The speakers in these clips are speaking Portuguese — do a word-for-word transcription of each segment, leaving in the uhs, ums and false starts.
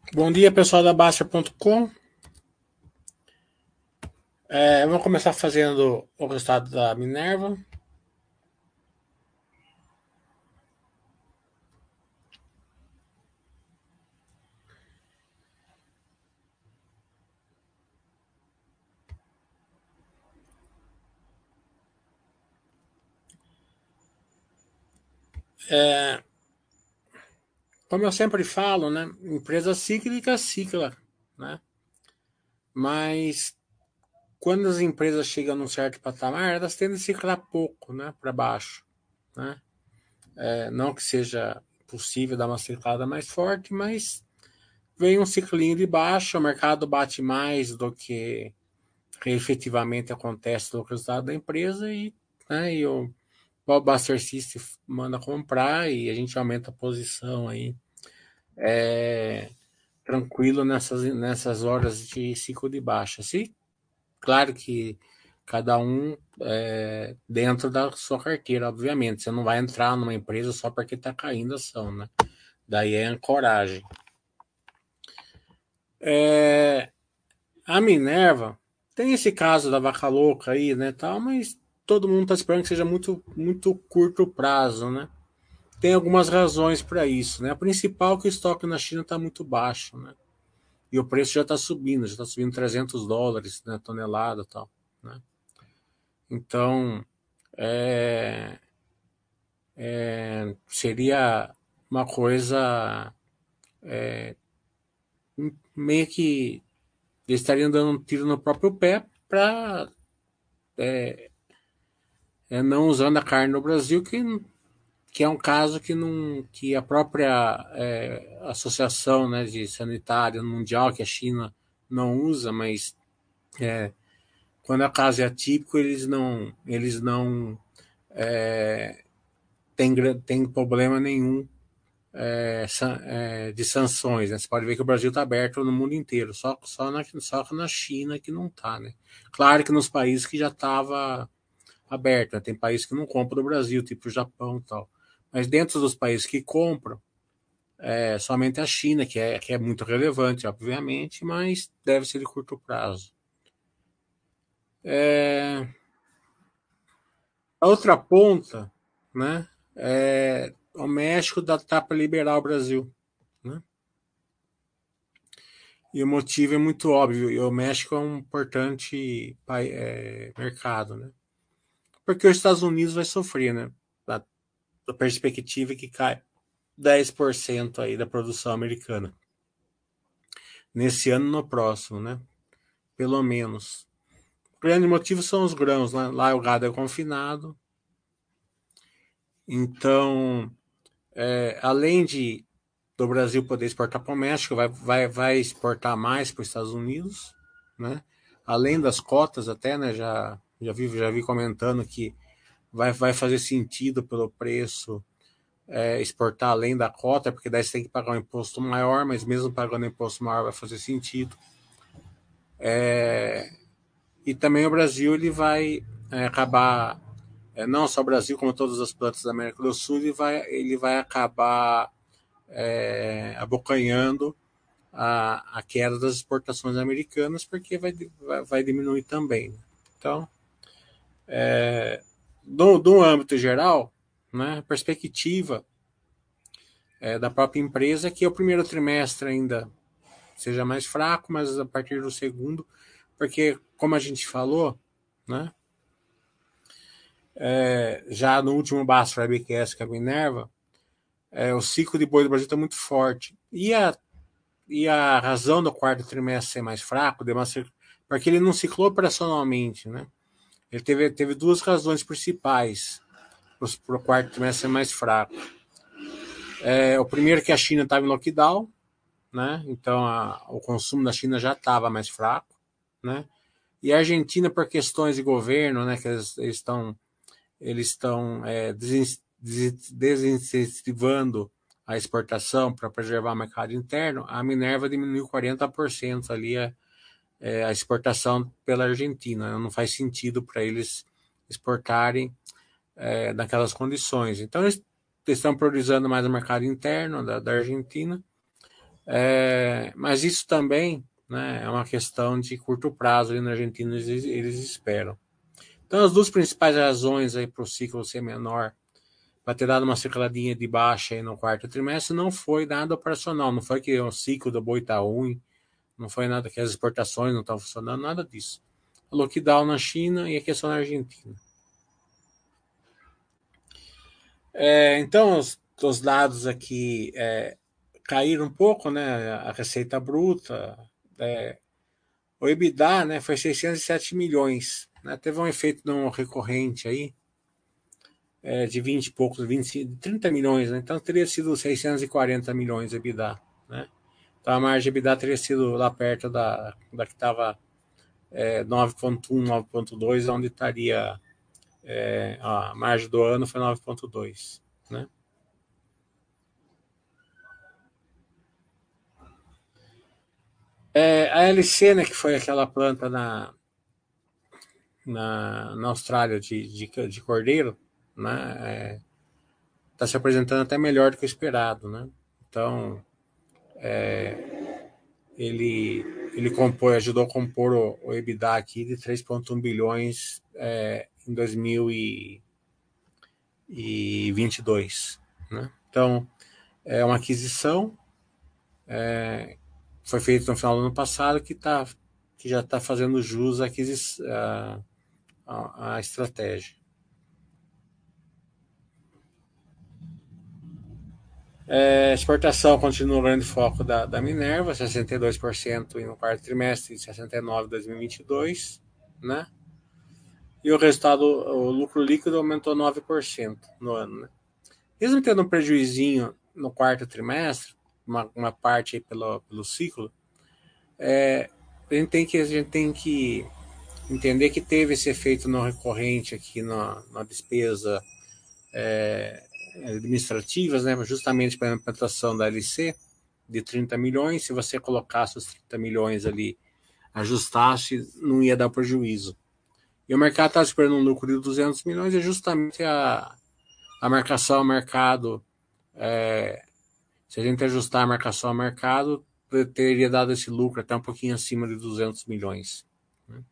Bom dia, pessoal da Baixa ponto com. É, vamos começar fazendo o resultado da Minerva. É, como eu sempre falo, né? Empresa cíclica, cicla, né? Mas quando as empresas chegam num certo patamar, elas tendem a ciclar pouco, né? Para baixo, né? É, não que seja possível dar uma ciclada mais forte, mas vem um ciclinho de baixo, o mercado bate mais do que efetivamente acontece no resultado da empresa e, né, e o o Buster System manda comprar e a gente aumenta a posição aí. É, tranquilo nessas, nessas horas de ciclo de baixa. Sim, claro que cada um é, dentro da sua carteira, obviamente. Você não vai entrar numa empresa só porque está caindo a ação, né? Daí é ancoragem. É, a Minerva tem esse caso da vaca louca aí, né, tal, mas todo mundo está esperando que seja muito, muito curto prazo, né? Tem algumas razões para isso, né? A principal é que o estoque na China está muito baixo, né? E o preço já está subindo, já está subindo trezentos dólares, né, tonelada e tal, né? Então, é, é, seria uma coisa meio que eles estariam dando um tiro no próprio pé para é, não usando a carne no Brasil, que, que é um caso que, não, que a própria é, Associação, né, de Sanitária Mundial, que a China não usa, mas é, quando a caso é atípico, eles não, eles não têm, têm problema nenhum é, é, de sanções. Né? Você pode ver que o Brasil está aberto no mundo inteiro, só, só, na, só na China que não está. Né? Claro que nos países que já estava aberto, né? Tem países que não compram do Brasil, tipo o Japão e tal. Mas dentro dos países que compram, é somente a China, que é, que é muito relevante, obviamente, mas deve ser de curto prazo. É, a outra ponta, né, é, o México está para liberar o Brasil. Né? E o motivo é muito óbvio, e o México é um importante é, mercado. Né? Porque os Estados Unidos vai sofrer, né? Da, da perspectiva que cai dez por cento aí da produção americana. Nesse ano e no próximo, né? Pelo menos. O grande motivo são os grãos. Né? Lá o gado é confinado. Então, é, além de do Brasil poder exportar para o México, vai, vai, vai exportar mais para os Estados Unidos, né? Além das cotas até, né? Já, já, vi, já vi comentando que vai, vai fazer sentido pelo preço é, exportar além da cota, porque daí você tem que pagar um imposto maior, mas mesmo pagando um imposto maior vai fazer sentido. E também o Brasil ele vai é, acabar, é, não só o Brasil, como todas as plantas da América do Sul, ele vai, ele vai acabar é, abocanhando a, a queda das exportações americanas, porque vai, vai, vai diminuir também. Né? Então, do, do âmbito geral, né, a perspectiva é, da própria empresa é que o primeiro trimestre ainda seja mais fraco, mas a partir do segundo, porque, como a gente falou, né, é, já no último Basta Webcast que é a Minerva, é, o ciclo de boi do Brasil está muito forte. E a, e a razão do quarto trimestre ser mais fraco, porque ele não ciclou operacionalmente, né? Ele teve, teve duas razões principais para o quarto trimestre ser mais fraco. É, o primeiro é que a China estava em lockdown, né? Então a, o consumo da China já estava mais fraco, né? E a Argentina, por questões de governo, né, que eles estão eles estão é, desincentivando a exportação para preservar o mercado interno, a Minerva diminuiu quarenta por cento ali a, é, a exportação pela Argentina. Não faz sentido para eles exportarem é, naquelas condições. Então, eles estão priorizando mais o mercado interno da, da Argentina É, mas isso também, né, é uma questão de curto prazo ali na Argentina, eles, eles esperam. Então, as duas principais razões para o ciclo ser menor, para ter dado uma circuladinha de baixa aí no quarto trimestre, não foi nada operacional, não foi que o ciclo do boi está ruim, não foi nada que as exportações não estão funcionando, nada disso. O lockdown na China e a questão na Argentina. É, então, os, os dados aqui é, caíram um pouco, né? A receita bruta, é, o EBITDA, né, foi seiscentos e sete milhões, né? Teve um efeito não recorrente aí, é, de vinte e poucos, vinte, trinta milhões, né? Então teria sido seiscentos e quarenta milhões de EBITDA, né? Então a margem de EBITDA teria sido lá perto da, da que estava é, nove ponto um, nove ponto dois, onde estaria é, a margem do ano foi nove ponto dois, né? É, a L C, né, que foi aquela planta na, na, na Austrália de, de, de cordeiro, né, é, está se apresentando até melhor do que o esperado, né? Então, ele, ele compôs, ajudou a compor o, o EBITDA aqui de três ponto um bilhões é, em dois mil e vinte e dois, né? Então, é uma aquisição, é, foi feita no final do ano passado, que, tá, que já está fazendo jus à, à, à, à estratégia. É, exportação continua o grande foco da, da Minerva, sessenta e dois por cento no quarto trimestre e sessenta e nove por cento em dois mil e vinte e dois, né? E o resultado, o lucro líquido aumentou nove por cento no ano, né? Mesmo tendo um prejuizinho no quarto trimestre, uma, uma parte aí pelo, pelo ciclo, é, a, gente tem que, a gente tem que entender que teve esse efeito não recorrente aqui na, na despesa é, administrativas, né, justamente para a implantação da L C, de trinta milhões. Se você colocasse os trinta milhões ali, ajustasse, não ia dar prejuízo. E o mercado está esperando um lucro de duzentos milhões, e justamente a, a marcação ao mercado, é, se a gente ajustar a marcação ao mercado, teria dado esse lucro até um pouquinho acima de duzentos milhões. Né?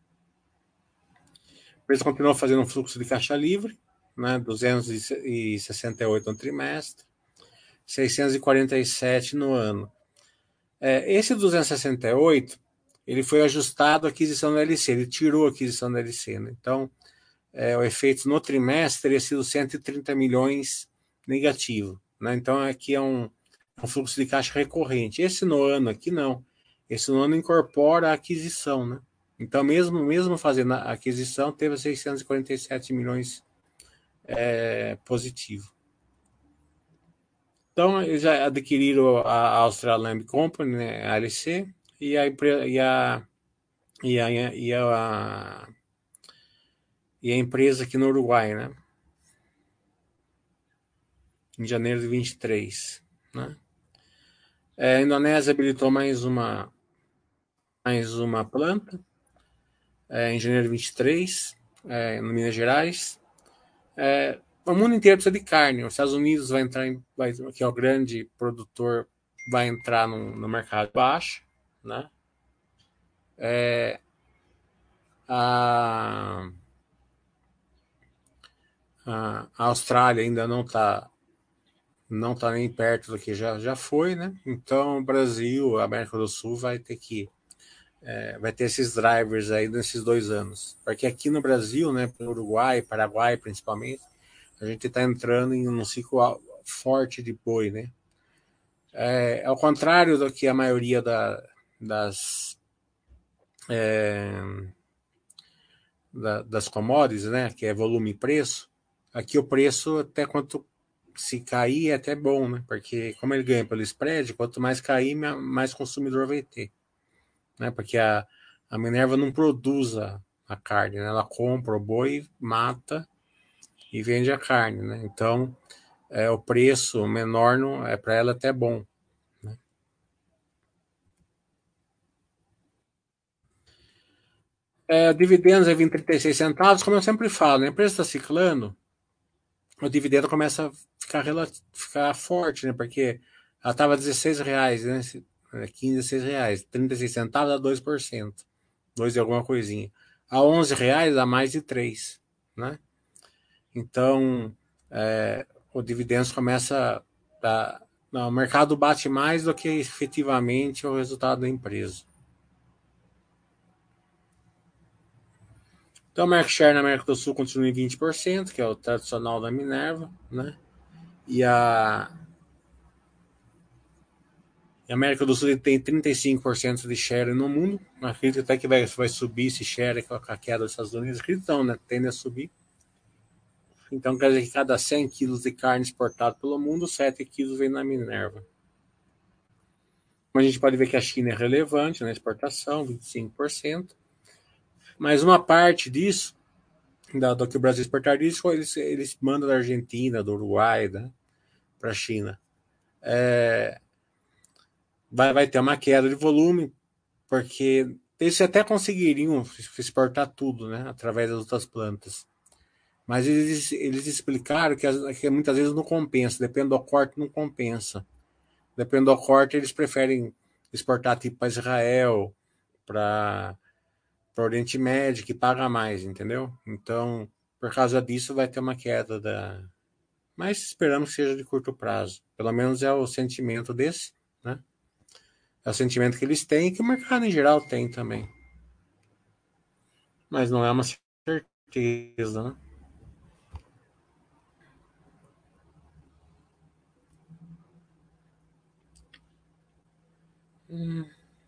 A empresa continuou fazendo um fluxo de caixa livre, né, duzentos e sessenta e oito no trimestre, seiscentos e quarenta e sete no ano. É, esse duzentos e sessenta e oito, ele foi ajustado à aquisição da L C, ele tirou a aquisição da L C. Né? Então, é, o efeito no trimestre teria sido cento e trinta milhões negativo. Né? Então, aqui é um, um fluxo de caixa recorrente. Esse no ano aqui, não. Esse no ano incorpora a aquisição. Né? Então, mesmo, mesmo fazendo a aquisição, teve seiscentos e quarenta e sete milhões é, positivo. Então, eles já adquiriram a Austral Lamb Company, né, a L C, e a, e a, e a, e a, e a empresa aqui no Uruguai, né, em janeiro de vinte e três. Né. É, a Indonésia habilitou mais uma, mais uma planta é, em janeiro de vinte e três, é, no Minas Gerais. É, o mundo inteiro precisa de carne. Os Estados Unidos vai entrar, em, vai, que é o grande produtor, vai entrar no, no mercado baixo, né? É, a, a, Austrália ainda não está não tá nem perto do que já, já foi, né? Então o Brasil, a América do Sul vai ter que é, vai ter esses drivers aí nesses dois anos, porque aqui no Brasil, né, no Uruguai, Paraguai principalmente, a gente está entrando em um ciclo forte de boi, né? É, ao contrário do que a maioria da, das é, da, das commodities, né, que é volume e preço, aqui o preço até quanto se cair é até bom, né? Porque como ele ganha pelo spread, quanto mais cair, mais consumidor vai ter, né? Porque a, a Minerva não produz a, a carne, né? Ela compra o boi, mata e vende a carne, né? Então, é, o preço menor não, é para ela até bom. Né? É, dividendos é vinte e trinta e seis centavos, como eu sempre falo, né? A empresa está ciclando, o dividendo começa a ficar, ficar forte, né? Porque Ela estava dezesseis reais, né? quinze, dezesseis reais. trinta e seis centavos dá dois por cento. dois e alguma coisinha. A onze reais dá mais de três, né? Então, é, o dividendos começa a, não, o mercado bate mais do que efetivamente o resultado da empresa. Então, o market share na América do Sul continua em vinte por cento, que é o tradicional da Minerva, né? E a, a América do Sul tem trinta e cinco por cento de share no mundo. Acredito até que vai, vai subir esse share com a queda dos Estados Unidos. Acredito não, né? Tende a subir. Então, quer dizer que cada cem quilos de carne exportada pelo mundo, sete quilos vem na Minerva. A gente pode ver que a China é relevante na exportação, vinte e cinco por cento. Mas uma parte disso, da, do que o Brasil exportaria, eles, eles mandam da Argentina, do Uruguai, né, para a China. É, vai, vai ter uma queda de volume, porque eles até conseguiriam exportar tudo, né, através das outras plantas. Mas eles, eles explicaram que, as, que muitas vezes não compensa, depende do corte, não compensa. Depende do corte, eles preferem exportar tipo para Israel, para o Oriente Médio, que paga mais, entendeu? Então, por causa disso, vai ter uma queda da. Mas esperamos que seja de curto prazo. Pelo menos é o sentimento desse, né? É o sentimento que eles têm e que o mercado em geral tem também. Mas não é uma certeza, né? Hum.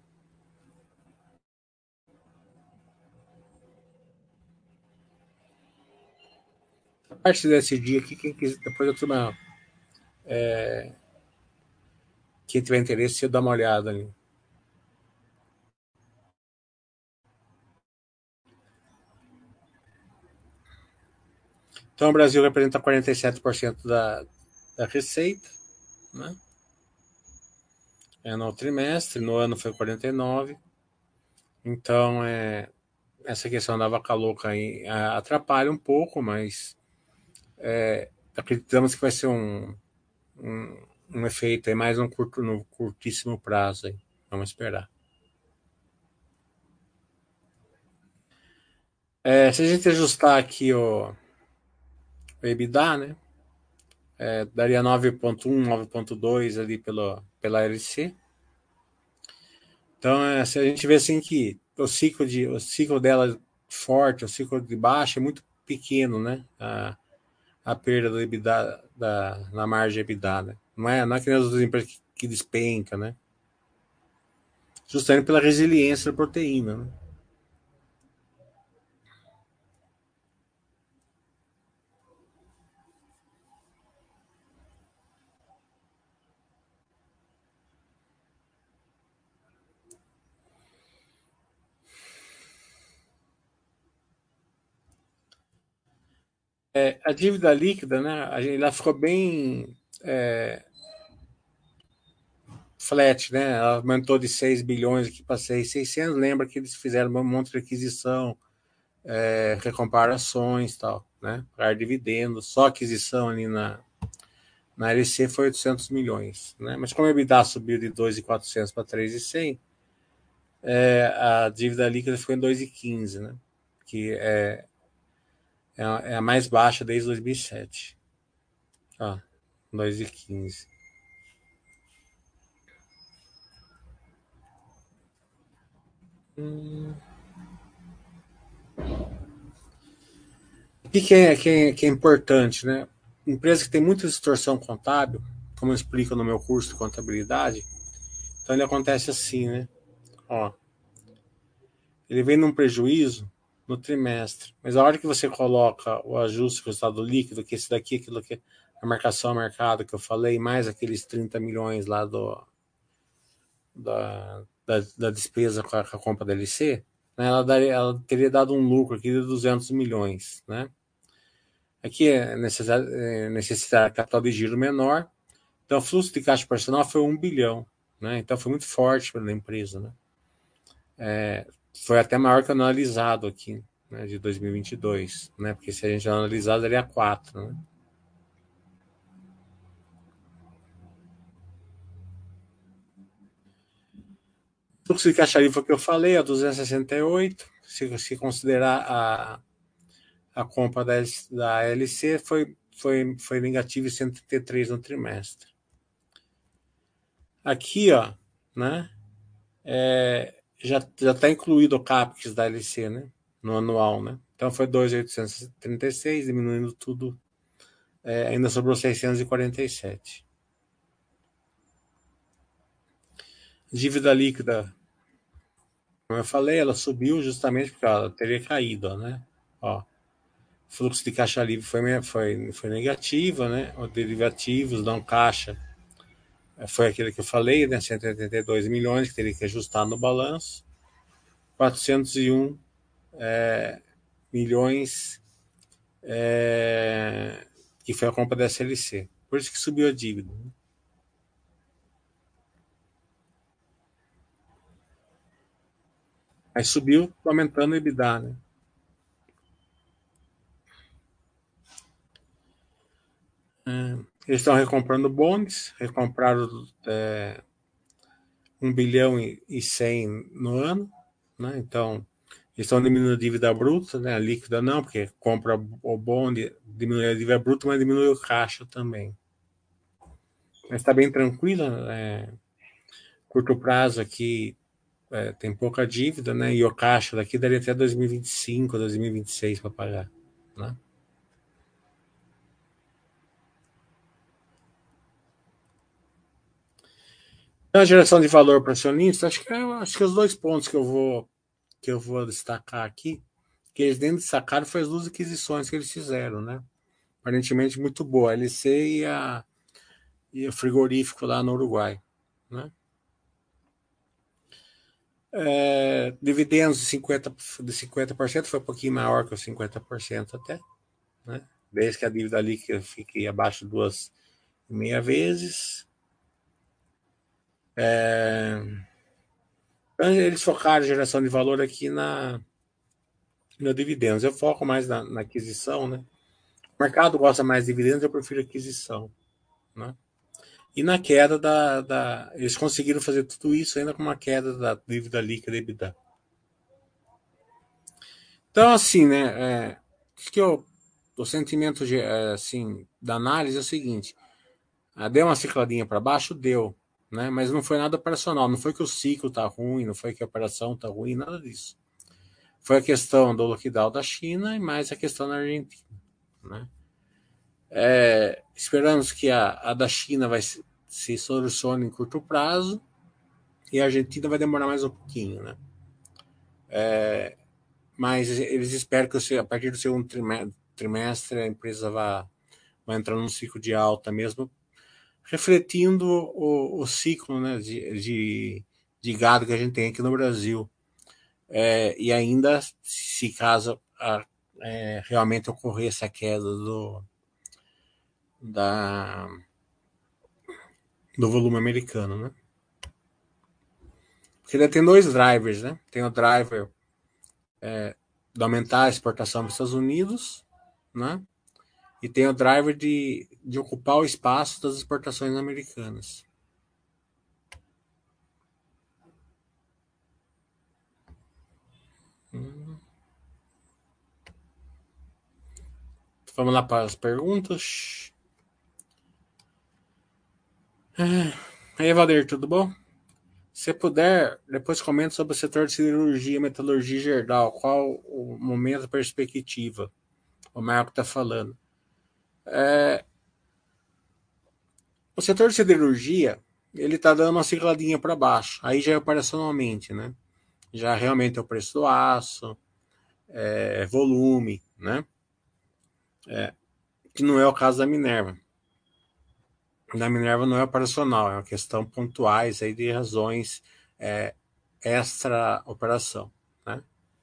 A parte desse dia aqui, quem quiser, depois eu turma, quem tiver interesse, eu dá uma olhada ali. Então, o Brasil representa quarenta e sete por cento da, da receita, né? É no trimestre, no ano foi quarenta e nove por cento. Então, é, essa questão da vaca louca aí, a, atrapalha um pouco, mas acreditamos que vai ser um, um, um efeito aí mais um curto, no curtíssimo prazo. Aí. Vamos esperar. É, se a gente ajustar aqui o, o EBITDA, né? É, daria nove ponto um, nove ponto dois ali pelo, pela L C. Então, é, se a gente vê assim que o ciclo, de, o ciclo dela forte, o ciclo de baixa é muito pequeno, né? A, a perda do EBITDA, da, na margem EBITDA, né? Não é, não é que nem as outras empresas que, que despenca, né? Justamente pela resiliência da proteína, né? É, a dívida líquida, né? Ela ficou bem é, flat, né? Ela aumentou de seis bilhões aqui para seis mil e seiscentos. Lembra que eles fizeram um monte de aquisição, é, recomparações e tal, né? Para dividendos, só aquisição ali na, na L C foi oitocentos milhões, né? Mas como a EBITDA subiu de dois mil e quatrocentos para três mil e cem, é, a dívida líquida ficou em dois mil e quinze, né? Que é, é, a, é a mais baixa desde dois mil e sete. Ó, dois mil e quinze. Hum. O que, que, é, que, é, que é importante, né? Empresa que tem muita distorção contábil, como eu explico no meu curso de contabilidade, então ele acontece assim, né? Ó, ele vem num prejuízo no trimestre, mas a hora que você coloca o ajuste do resultado líquido, que esse daqui, aquilo que a marcação ao mercado que eu falei, mais aqueles trinta milhões lá do, da, da, da despesa com a, com a compra da L C, né, ela, daria, ela teria dado um lucro aqui de duzentos milhões, né? Aqui é necessário, é necessitar capital de giro menor, então o fluxo de caixa operacional foi um bilhão, né? Então foi muito forte para a empresa, né? Foi até maior que o analisado aqui, né, de dois mil e vinte e dois, né? Porque se a gente analisar, daria quatro, né? O fluxo de caixa livre foi o que eu falei, a duzentos e sessenta e oito. Se, se considerar a, a compra da, da L C, foi, foi, foi negativo em cento e trinta e três no trimestre. Aqui, ó, né? É, já está incluído o CAPEX da L C, né? No anual, né? Então foi dois mil oitocentos e trinta e seis, diminuindo tudo, é, ainda sobrou seiscentos e quarenta e sete. Dívida líquida, como eu falei, ela subiu justamente porque ela teria caído, ó, né? Ó, fluxo de caixa livre foi, foi, foi negativa, né? Os derivativos, não caixa, foi aquele que eu falei, né? cento e oitenta e dois milhões que teria que ajustar no balanço. quatrocentos e um é, milhões é, que foi a compra da S L C. Por isso que subiu a dívida. Aí subiu, aumentando o EBITDA, né? É, eles estão recomprando bonds, recompraram é, um bilhão e cem no ano, né? Então, eles estão diminuindo a dívida bruta, né? A líquida não, porque compra o bond, diminui a dívida bruta, mas diminui o caixa também. Mas está bem tranquila, é, curto prazo aqui é, tem pouca dívida, né? E o caixa daqui daria até dois mil e vinte e cinco, dois mil e vinte e seis para pagar, né? A geração de valor para acionista, acho que, acho que os dois pontos que eu vou que eu vou destacar aqui, que eles nem destacaram foi as duas aquisições que eles fizeram, né? Aparentemente muito boa, a L C e, a, e o frigorífico lá no Uruguai, né? É, dividendos de cinquenta por cento, de cinquenta por cento foi um pouquinho maior que os cinquenta por cento até, né? Desde que a dívida líquida fique abaixo de duas e meia vezes. É, eles focaram a geração de valor aqui na, no dividendos. Eu foco mais na, na aquisição, né? O mercado gosta mais de dividendos, eu prefiro aquisição, né? E na queda da, da. Eles conseguiram fazer tudo isso ainda com uma queda da dívida líquida e EBITDA. Então, assim, né? É, que eu, o sentimento de, é, assim, da análise é o seguinte: ah, deu uma cicladinha para baixo? Deu. Né? Mas não foi nada operacional. Não foi que o ciclo tá ruim, não foi que a operação tá ruim, nada disso. Foi a questão do lockdown da China e mais a questão da Argentina. Né? É, esperamos que a, a da China vai se, se solucione em curto prazo e a Argentina vai demorar mais um pouquinho. Né? Mas eles esperam que a partir do segundo trimestre a empresa vá, vá entrar num ciclo de alta mesmo, refletindo o, o ciclo, né, de, de, de gado que a gente tem aqui no Brasil. É, e ainda, se caso a, é, realmente ocorrer essa queda do, da, do volume americano, né? Porque ainda tem dois drivers, né? Tem o driver de aumentar a exportação para os Estados Unidos, né? E tem o driver de, de ocupar o espaço das exportações americanas. Hum. Vamos lá para as perguntas. Aí, Valer, tudo bom? Se puder, depois comenta sobre o setor de cirurgia, metalurgia e geral. Qual o momento, a perspectiva? O Marco está falando. É, o setor de siderurgia, ele está dando uma cicladinha para baixo. Aí já é operacionalmente, né? Já realmente é o preço do aço, é volume, né? Que não é o caso da Minerva. Da Minerva não é operacional, é uma questão pontuais aí de razões é, extra operação, né?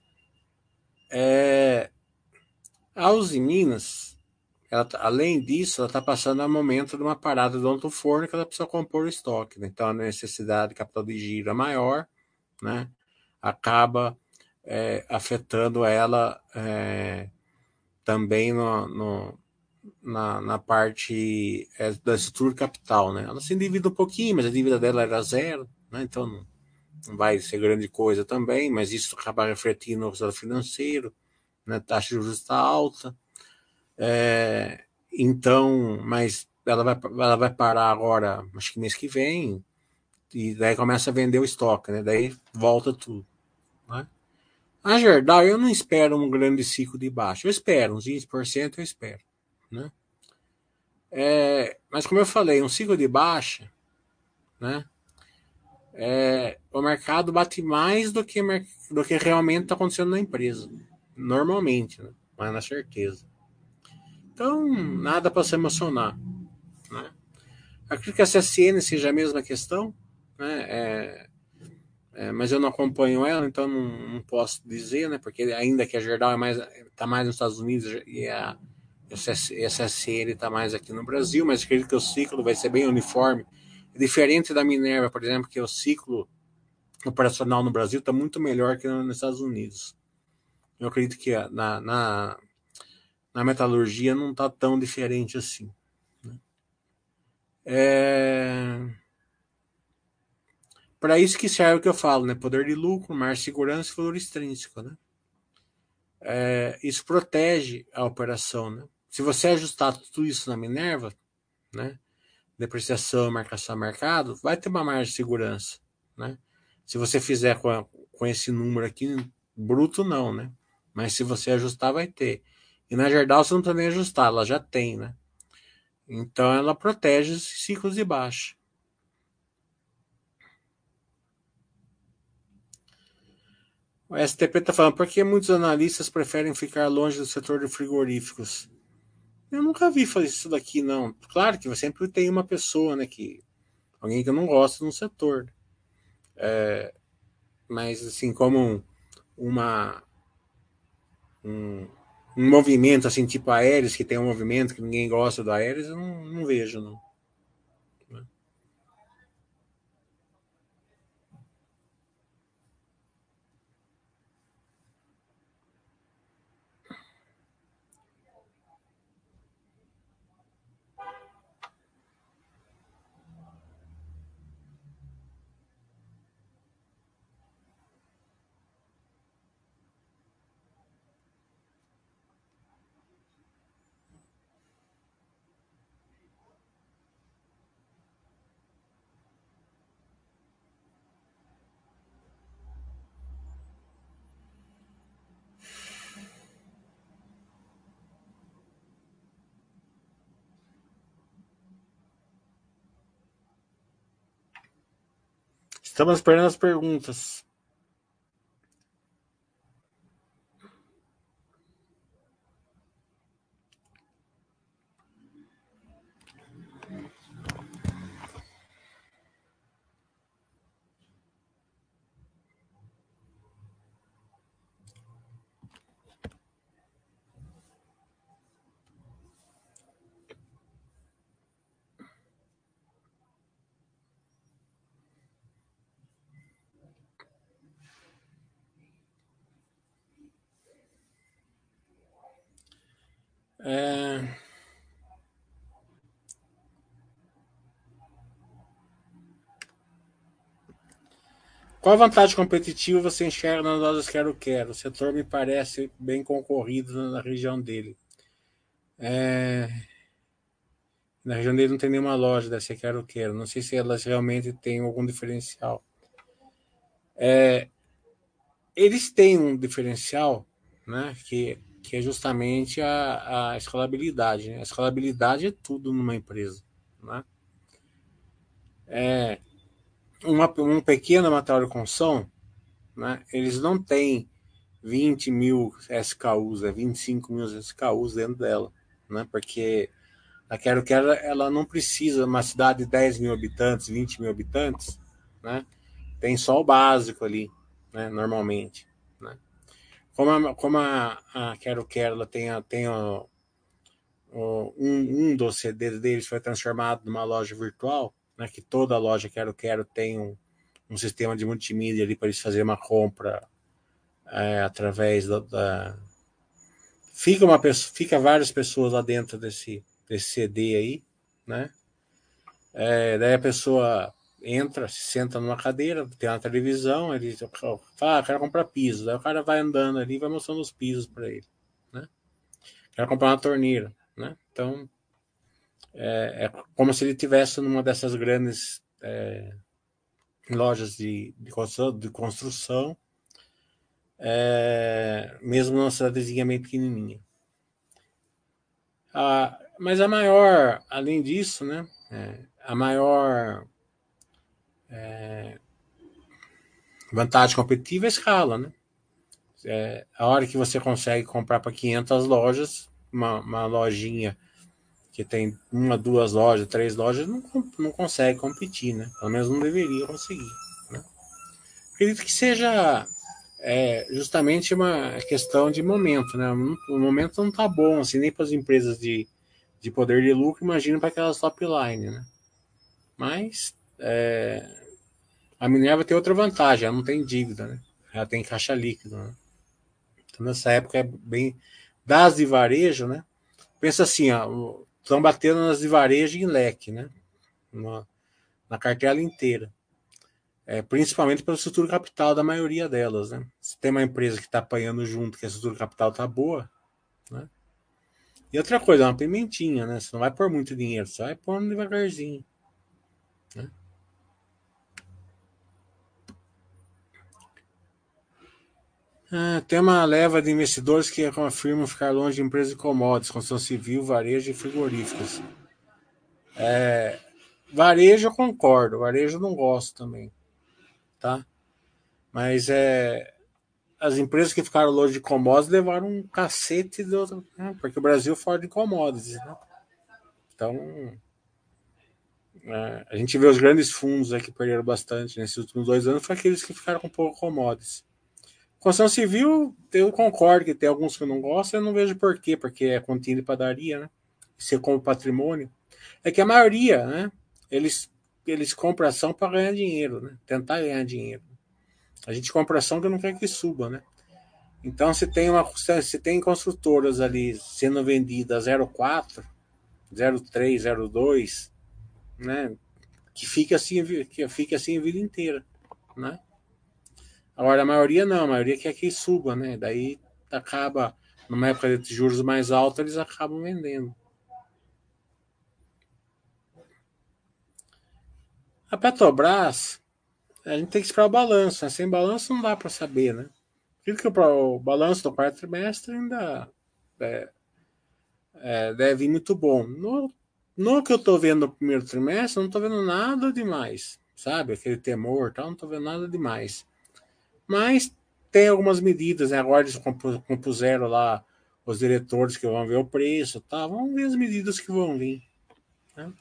É, a Uzi Minas, ela, além disso, ela está passando a momento de uma parada do outro forno que ela precisa compor o estoque, né? Então a necessidade de capital de giro é maior, né? Acaba é, afetando ela é, também no, no, na, na parte é, da estrutura capital, né? Ela se endivida um pouquinho, mas a dívida dela era zero, né? Então não vai ser grande coisa também, mas isso acaba refletindo no resultado financeiro, né? A taxa de juros está alta, é, então, mas ela vai, ela vai parar agora, acho que mês que vem, e daí começa a vender o estoque, né? Daí volta tudo, né? A Gerdau, eu não espero um grande ciclo de baixa. Eu espero, uns vinte por cento eu espero, né? É, mas como eu falei, um ciclo de baixa, né? É, o mercado bate mais do que, do que realmente está acontecendo na empresa. Normalmente, né? Mas na certeza. Então, nada para se emocionar, né? Acredito que a C S N seja a mesma questão, né? É, é, mas eu não acompanho ela, então não, não posso dizer, né? Porque ainda que a Gerdau é mais, está mais nos Estados Unidos e a, a C S N está mais aqui no Brasil, mas acredito que o ciclo vai ser bem uniforme. Diferente da Minerva, por exemplo, que o ciclo operacional no Brasil está muito melhor que nos Estados Unidos. Eu acredito que na, na, na metalurgia não está tão diferente assim. É... Para isso que serve o que eu falo, né? Poder de lucro, margem de segurança e valor extrínseco, né? É, isso protege a operação, né? Se você ajustar tudo isso na Minerva, né? Depreciação, marcação a mercado, vai ter uma margem de segurança, né? Se você fizer com, a, com esse número aqui, bruto não, né? Mas se você ajustar, vai ter. E na Gerdau você não precisa nem ajustar, ela já tem, né? Então ela protege os ciclos de baixa. O S T P está falando, por que muitos analistas preferem ficar longe do setor de frigoríficos? Eu nunca vi fazer isso daqui, não. Claro que sempre tem uma pessoa, né, que alguém que não gosta no setor. É, mas, assim, como um, uma, um, um movimento, assim, tipo Aéreos, que tem um movimento que ninguém gosta do Aéreos, eu não, não vejo, não. Estamos esperando as perguntas. É... Qual vantagem competitiva você enxerga nas lojas Quero Quero? O setor me parece bem concorrido na região dele. É... Na região dele não tem nenhuma loja dessa Quero Quero. Não sei se elas realmente têm algum diferencial. É... Eles têm um diferencial, né? Que, que é justamente a, a escalabilidade. Né? A escalabilidade é tudo numa empresa. Né? É... Uma, um pequeno material de construção, né? Eles não têm vinte mil S K Us, é vinte e cinco mil S K Us dentro dela, né? Porque a Quero Quero ela não precisa uma cidade de dez mil habitantes, vinte mil habitantes, né? Tem só o básico ali, né? Normalmente, né? Como a, como a, a Quero Quero ela tem, a, tem a, o, um, um dos C Ds deles foi transformado numa loja virtual, né? Que toda loja Quero Quero tem um, um sistema de multimídia ali para eles fazerem uma compra é, através da, da, fica uma pessoa, fica várias pessoas lá dentro desse, desse C D aí, né? É, daí a pessoa entra, se senta numa cadeira, tem uma televisão, ele fala, ah, quero comprar pisos. Aí o cara vai andando ali e vai mostrando os pisos para ele. Né? Quero comprar uma torneira. Né? Então, é, é como se ele tivesse numa dessas grandes é, lojas de, de, construção, de construção é, mesmo numa cidadezinha meio pequenininha. Ah, mas a maior, além disso, né, é, a maior vantagem competitiva é a escala, né? É, a hora que você consegue comprar para quinhentas lojas, uma, uma lojinha que tem uma, duas lojas, três lojas, não, não consegue competir, né? Pelo menos não deveria conseguir. Né? Acredito que seja é, justamente uma questão de momento, né? O momento não está bom, assim, nem para as empresas de, de poder de lucro, imagina para aquelas top line, né? Mas é, a Minerva tem outra vantagem, ela não tem dívida, né? Ela tem caixa líquido, né? Então, nessa época é bem. Das de varejo, né? Pensa assim, ó, estão batendo nas de varejo em leque, né? Na, na cartela inteira. É, principalmente pela estrutura capital da maioria delas, né? Se tem uma empresa que está apanhando junto, que a estrutura capital está boa, né? E outra coisa, uma pimentinha, né? Você não vai pôr muito dinheiro, você vai pôr devagarzinho. Né? Ah, tem uma leva de investidores que confirmam ficar longe de empresas de commodities, construção civil, varejo e frigoríficas. Varejo eu concordo, varejo eu não gosto também, tá? Mas é, as empresas que ficaram longe de commodities levaram um cacete do, né? Porque o Brasil é fora de commodities, né? Então, é, a gente vê os grandes fundos aí que perderam bastante nesses últimos dois anos, foi aqueles que ficaram com pouco commodities. Construção civil, eu concordo que tem alguns que eu não gosto, eu não vejo porquê, porque é continha de padaria, né? Você compra patrimônio. É que a maioria, né? Eles, eles compram ação para ganhar dinheiro, né? Tentar ganhar dinheiro. A gente compra ação que não quer que suba, né? Então, se tem, uma, se tem construtoras ali sendo vendidas a zero vírgula quatro, zero vírgula três, zero vírgula dois, né? Que fica assim, que fica assim a vida inteira, né? Agora, a maioria não, a maioria quer que suba, né? Daí acaba, numa época de juros mais altos, eles acabam vendendo. A Petrobras, a gente tem que esperar o balanço, né? Sem balanço não dá para saber, né? Aquilo que o balanço do quarto trimestre ainda é, é, deve ir muito bom. No, no que eu tô vendo no primeiro trimestre, eu não tô vendo nada demais, sabe? Aquele temor, tal, não tô vendo nada demais. Mas tem algumas medidas, né? Agora eles compuseram lá os diretores que vão ver o preço, tá? Vamos ver as medidas que vão vir. Né?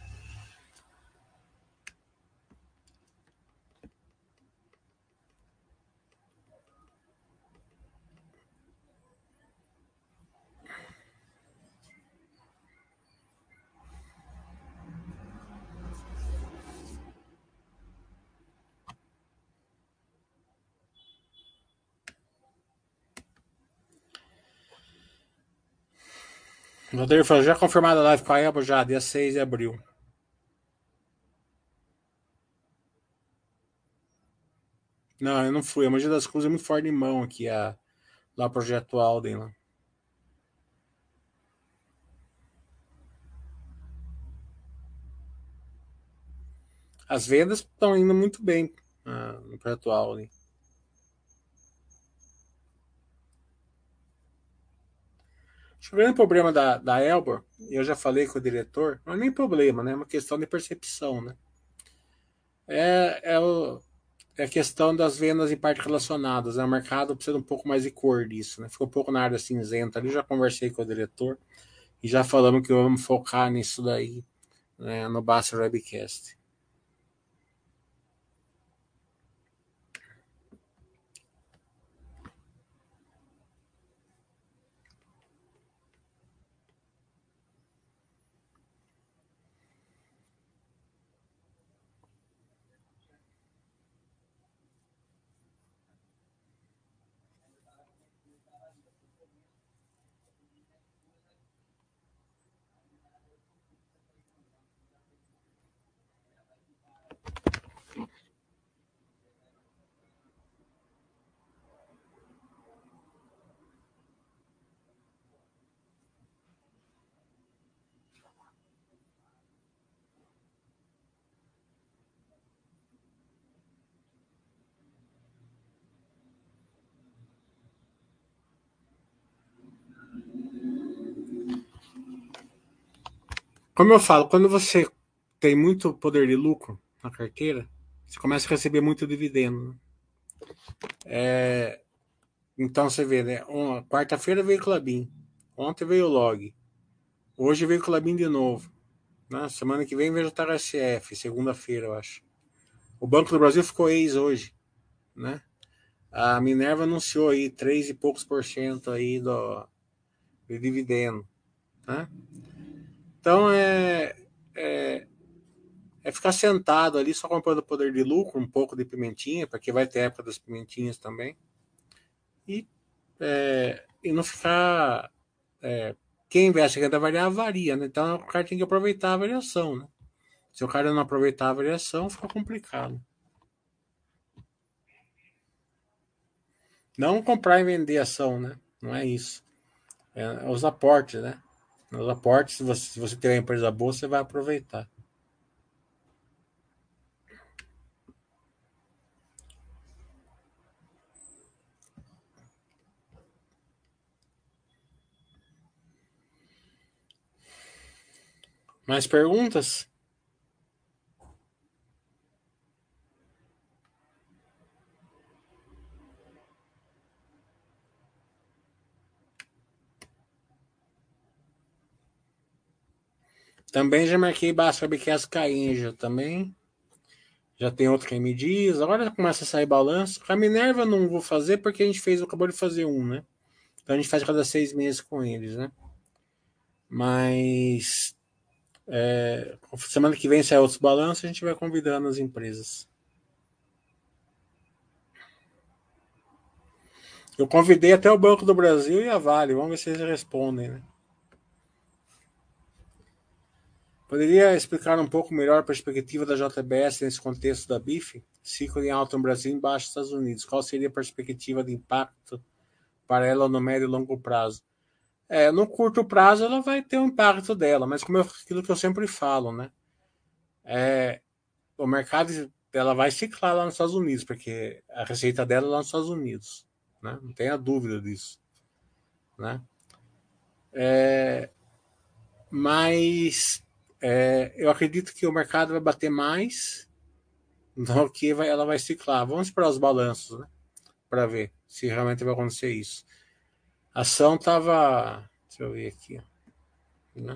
O Valdir falou, já confirmada a live com a Elba já, dia seis de abril. Não, eu não fui. A Mogi das Cruzes é muito forte de mão aqui, a, lá o Projeto Alden. Lá. As vendas estão indo muito bem ah, no Projeto Alden. Acho que o grande problema da, da Elbor, e eu já falei com o diretor, não é nem problema, né? É uma questão de percepção, né? É, é, o, é a questão das vendas em parte relacionadas, né? O mercado precisa de um pouco mais de cor disso, né? Ficou um pouco na área cinzenta ali, já conversei com o diretor e já falamos que vamos focar nisso daí, né, no Baster Webcast. Como eu falo, quando você tem muito poder de lucro na carteira, você começa a receber muito dividendo, né? É, então você vê, né? Uma, quarta-feira veio o Clabin, ontem veio o Log, hoje veio o Clabin de novo. Né? Semana que vem veio o T H S F, segunda-feira, eu acho. O Banco do Brasil ficou ex hoje, né? A Minerva anunciou aí três e poucos por cento aí do, de dividendo, né? Então é, é, é ficar sentado ali só comprando poder de lucro, um pouco de pimentinha, porque vai ter época das pimentinhas também, e, é, e não ficar. É, quem investe em renda variável varia, né? Então o cara tem que aproveitar a variação, né? Se o cara não aproveitar a variação, fica complicado. Não comprar e vender ação, né? Não é isso. É os aportes, né? Os aportes, se você, se você tem uma empresa boa, você vai aproveitar. Mais perguntas? Também já marquei Basta Biqueas Cainha já também. Já tem outro que me diz. Agora começa a sair balanço. A Minerva eu não vou fazer porque a gente fez, acabou de fazer um, né? Então a gente faz cada seis meses com eles, né? Mas é, semana que vem sai outros balanços, a gente vai convidando as empresas. Eu convidei até o Banco do Brasil e a Vale. Vamos ver se eles respondem, né? Poderia explicar um pouco melhor a perspectiva da J B S nesse contexto da B I F? Ciclo em alta no Brasil e em baixo nos Estados Unidos. Qual seria a perspectiva de impacto para ela no médio e longo prazo? É, no curto prazo ela vai ter um impacto dela, mas como eu, aquilo que eu sempre falo, né? É, o mercado ela vai ciclar lá nos Estados Unidos, porque a receita dela é lá nos Estados Unidos, né? Não tenha dúvida disso, né? Mas é, eu acredito que o mercado vai bater mais do que vai, ela vai ciclar. Vamos esperar os balanços, né? Para ver se realmente vai acontecer isso. A ação tava, deixa eu ver aqui, né?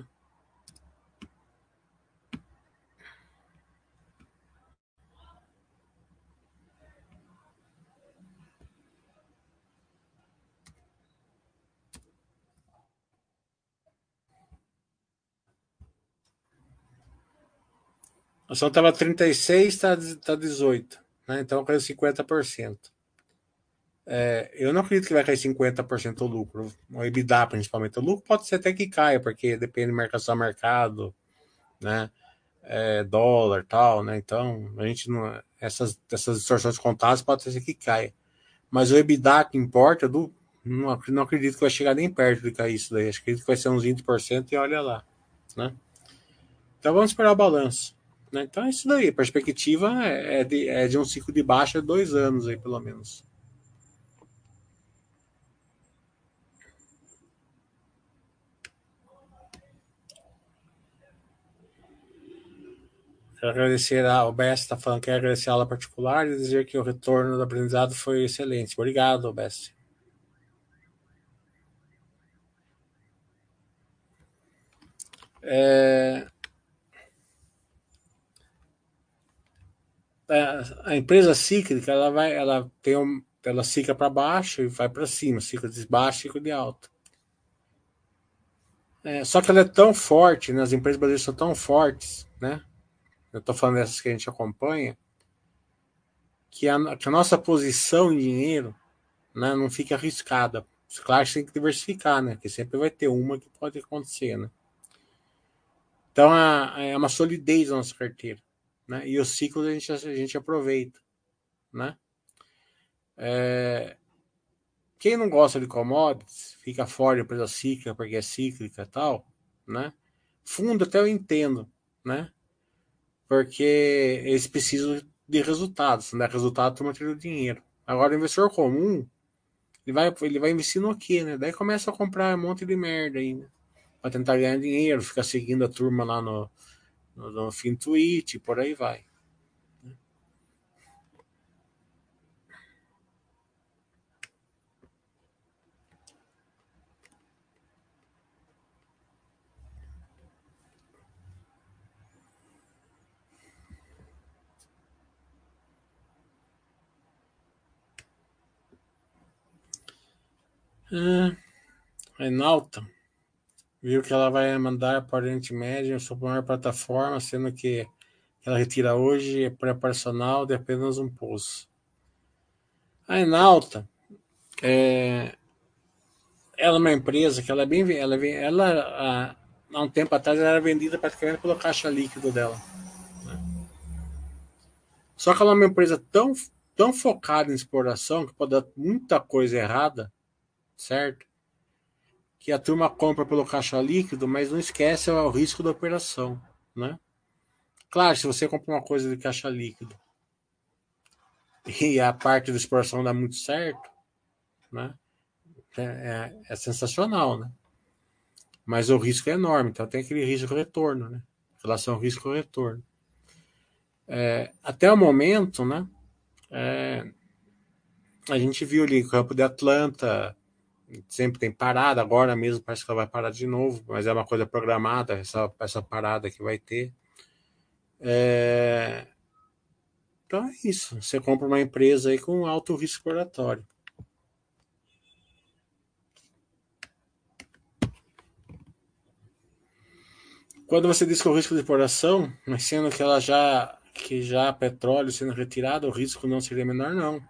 A ação estava trinta e seis, está tá dezoito, né? Então caiu cinquenta por cento. É, eu não acredito que vai cair cinquenta por cento o lucro, o EBITDA principalmente. O lucro pode ser até que caia, porque depende de marcação a mercado, né? É, dólar tal, né? Então, a gente não. Essas, essas distorções contábeis pode ser que caia. Mas o EBITDA que importa, do, não, não acredito que vai chegar nem perto de cair isso daí. Acho que vai ser uns vinte por cento e olha lá, né? Então vamos esperar o balanço. Né? Então é isso daí. A perspectiva é de, é de um ciclo de baixa de dois anos aí, pelo menos. Quero agradecer a O B S, está falando que quer agradecer a aula particular e dizer que o retorno do aprendizado foi excelente. Obrigado, O B S. É, a, a empresa cíclica, ela vai, ela tem um, ela cicla para baixo e vai para cima, ciclo de baixo, ciclo de alta. É, só que ela é tão forte, né? As empresas brasileiras são tão fortes, né? Eu estou falando dessas que a gente acompanha, que a, que a nossa posição em dinheiro, né, não fica arriscada. Claro que tem que diversificar, né? Porque sempre vai ter uma que pode acontecer, né? Então é uma solidez da nossa carteira, né? E os ciclos a gente, a gente aproveita, né? É, quem não gosta de commodities, fica fora de empresa cíclica porque é cíclica e tal, né? Fundo até eu entendo, né? Porque eles precisam de resultados. Se não der resultado, toma tira o dinheiro. Agora, o investidor comum, ele vai, ele vai investir no quê, né? Daí começa a comprar um monte de merda aí, né? para tentar ganhar dinheiro, fica seguindo a turma lá no, no, no Fintuit, por aí vai. Ah, Renalta viu que ela vai mandar para o Oriente Médio sobre a maior plataforma, sendo que ela retira hoje é pré-personal de apenas um poço. A Renalta, é, ela é uma empresa que ela é bem. Ela, é ela há, há um tempo atrás, ela era vendida praticamente pelo caixa líquido dela. Só que ela é uma empresa tão, tão focada em exploração que pode dar muita coisa errada, certo? Que a turma compra pelo caixa líquido, mas não esquece o risco da operação, né? Claro, se você compra uma coisa de caixa líquido e a parte da exploração dá muito certo, né? É, é, é sensacional, né? Mas o risco é enorme, então tem aquele risco-retorno, né? Relação risco-retorno. É, até o momento, né? É, a gente viu ali o campo de Atlanta, sempre tem parada, agora mesmo parece que ela vai parar de novo, mas é uma coisa programada, essa, essa parada que vai ter. É, então é isso, você compra uma empresa aí com alto risco exploratório. Quando você diz que o risco de exploração, mas sendo que ela já que já há petróleo sendo retirado, o risco não seria menor, não.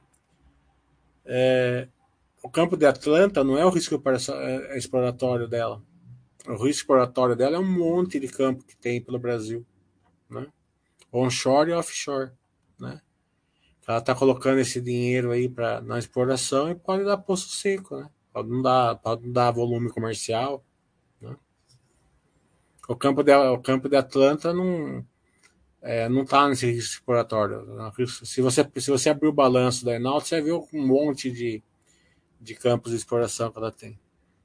O campo de Atlanta não é o risco exploratório dela. O risco exploratório dela é um monte de campo que tem pelo Brasil, né? Onshore e offshore, né? Ela está colocando esse dinheiro aí pra, na exploração e pode dar poço seco, né? Pode não dar, pode não dar volume comercial, né? O campo de, o campo de Atlanta não é, não está nesse risco exploratório. Se você, se você abrir o balanço da Enalta, você vai ver um monte de, de campos de exploração que ela tem.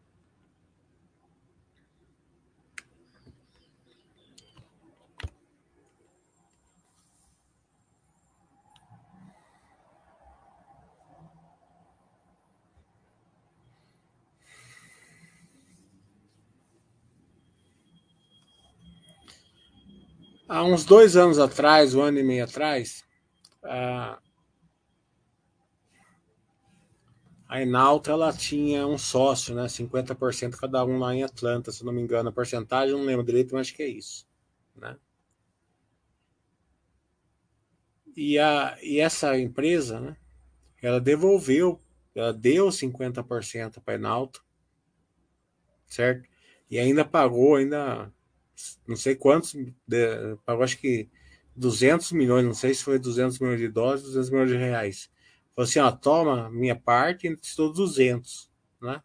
Há uns dois anos atrás, um ano e meio atrás, a, a Enalta ela tinha um sócio, né? cinquenta por cento cada um lá em Atlanta, se não me engano. A porcentagem, não lembro direito, mas acho que é isso. Né? E, a, e essa empresa, né? Ela devolveu, ela deu cinquenta por cento para a Enalta, certo? E ainda pagou, ainda não sei quantos, de, pagou acho que duzentos milhões, não sei se foi duzentos milhões de dólares, duzentos milhões de reais. Falou assim, ó, toma minha parte, e estou duzentos, né?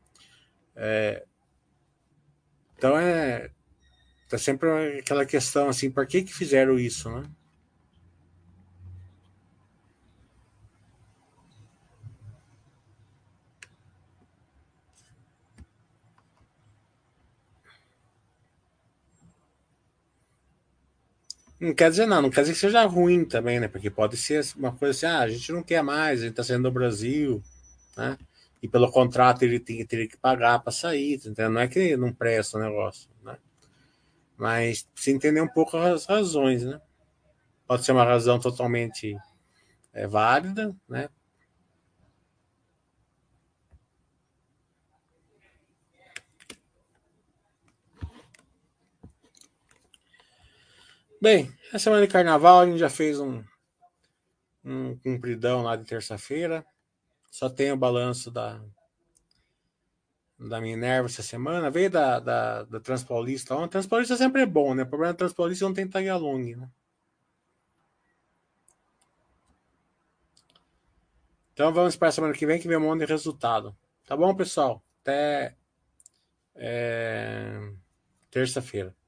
Então é, tá sempre aquela questão assim, por que que fizeram isso, né? Não quer dizer não, não quer dizer que seja ruim também, né? Porque pode ser uma coisa assim, ah, a gente não quer mais, a gente tá saindo do Brasil, né? E pelo contrato ele tem, teria que pagar para sair, entendeu? Não é que não presta o negócio, né? Mas precisa entender um pouco as razões, né? Pode ser uma razão totalmente é, válida, né? Bem, a semana de carnaval a gente já fez um, um cumpridão lá de terça-feira. Só tem o balanço da, da Minerva essa semana. Veio da, da, da Transpaulista ontem. Transpaulista sempre é bom, né? O problema da Transpaulista não tem tagalong, né? Então vamos para a semana que vem que vem um monte de resultado. Tá bom, pessoal? Até é, terça-feira.